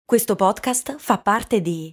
Questo podcast fa parte di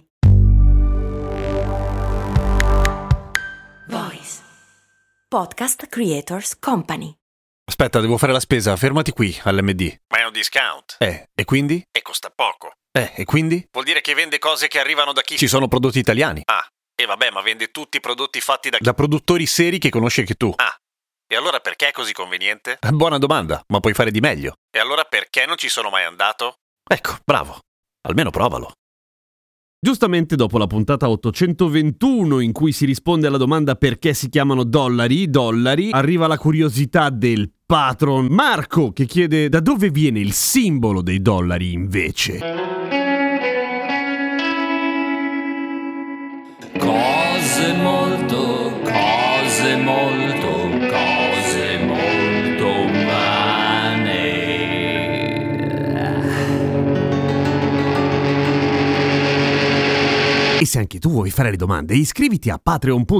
Voice Podcast Creators Company. Aspetta, devo fare la spesa, fermati qui all'MD. Ma è un discount. E quindi? E costa poco. E quindi? Vuol dire che vende cose che arrivano da chi? Ci sono prodotti italiani. Ah, e vabbè, ma vende tutti i prodotti fatti da chi? Da produttori seri che conosci anche tu. Ah, e allora perché è così conveniente? Buona domanda, ma puoi fare di meglio. E allora perché non ci sono mai andato? Ecco, bravo. Almeno provalo. Giustamente dopo la puntata 821 in cui si risponde alla domanda perché si chiamano dollari, arriva la curiosità del patron Marco che chiede da dove viene il simbolo dei dollari invece. Cose molto umane. E se anche tu vuoi fare le domande, iscriviti a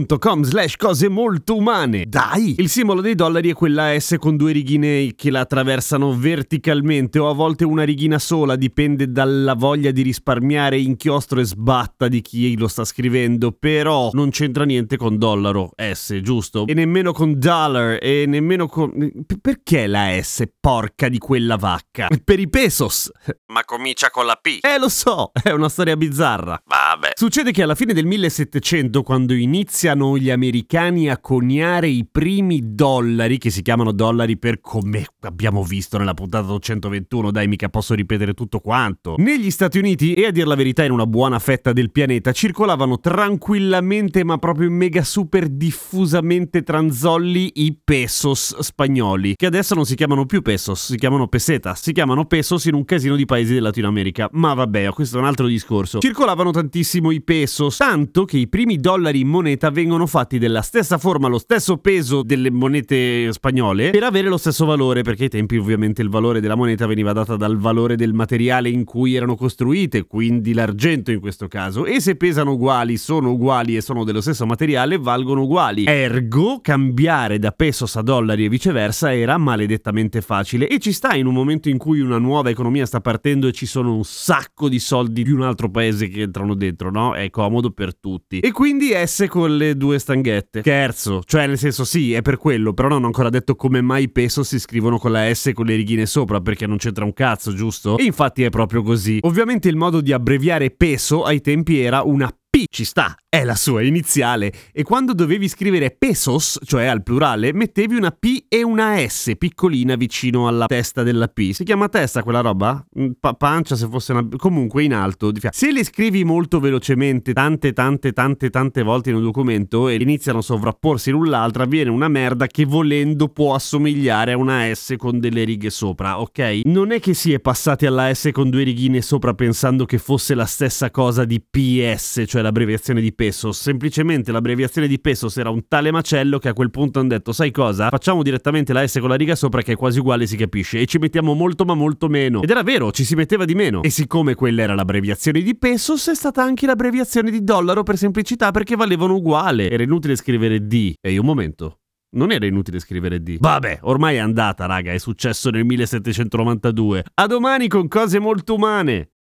patreon.com/cosemoltoumane. Dai! Il simbolo dei dollari è quella S con due righine che la attraversano verticalmente o a volte una righina sola, dipende dalla voglia di risparmiare inchiostro e sbatta di chi lo sta scrivendo, però non c'entra niente con dollaro, S, giusto? E nemmeno con dollar, e nemmeno con... Perché la S, porca di quella vacca? Per i pesos! Ma comincia con la P. Lo so, è una storia bizzarra. Vabbè. Succede che alla fine del 1700, quando iniziano gli americani a coniare i primi dollari, che si chiamano dollari per come abbiamo visto nella puntata 821, dai, mica posso ripetere tutto quanto, negli Stati Uniti e a dir la verità in una buona fetta del pianeta circolavano tranquillamente ma proprio mega super diffusamente tranzolli i pesos spagnoli, che adesso non si chiamano più pesos, si chiamano pesetas, si chiamano pesos in un casino di paesi del Latino America, ma vabbè, questo è un altro discorso. Circolavano tantissimo i pesos, tanto che i primi dollari in moneta vengono fatti della stessa forma, lo stesso peso delle monete spagnole, per avere lo stesso valore, perché ai tempi ovviamente il valore della moneta veniva data dal valore del materiale in cui erano costruite, quindi l'argento in questo caso, e se pesano uguali, sono uguali e sono dello stesso materiale, valgono uguali. Ergo, cambiare da pesos a dollari e viceversa era maledettamente facile, e ci sta in un momento in cui una nuova economia sta partendo e ci sono un sacco di soldi di un altro paese che entrano dentro, no? È comodo per tutti. E quindi S con le due stanghette. Scherzo, cioè nel senso sì, è per quello, però non ho ancora detto come mai i peso si scrivono con la S con le righine sopra, perché non c'entra un cazzo, giusto? E infatti è proprio così. Ovviamente il modo di abbreviare peso ai tempi era una P, ci sta, è la sua iniziale, e quando dovevi scrivere pesos, cioè al plurale, mettevi una P e una S piccolina vicino alla testa della P. Si chiama testa quella roba? Pancia se fosse una... comunque in alto. Se le scrivi molto velocemente, tante volte in un documento e iniziano a sovrapporsi l'un l'altra, viene una merda che volendo può assomigliare a una S con delle righe sopra, ok? Non è che si è passati alla S con due righine sopra pensando che fosse la stessa cosa di PS, cioè l'abbreviazione di pesos, semplicemente l'abbreviazione di pesos era un tale macello che a quel punto hanno detto sai cosa? Facciamo direttamente la S con la riga sopra che è quasi uguale, si capisce, e ci mettiamo molto ma molto meno. Ed era vero, ci si metteva di meno. E siccome quella era l'abbreviazione di pesos, è stata anche l'abbreviazione di dollaro per semplicità, perché valevano uguale. Era inutile scrivere D. Ehi, un momento. Non era inutile scrivere D. Vabbè, ormai è andata, raga, è successo nel 1792. A domani con cose molto umane.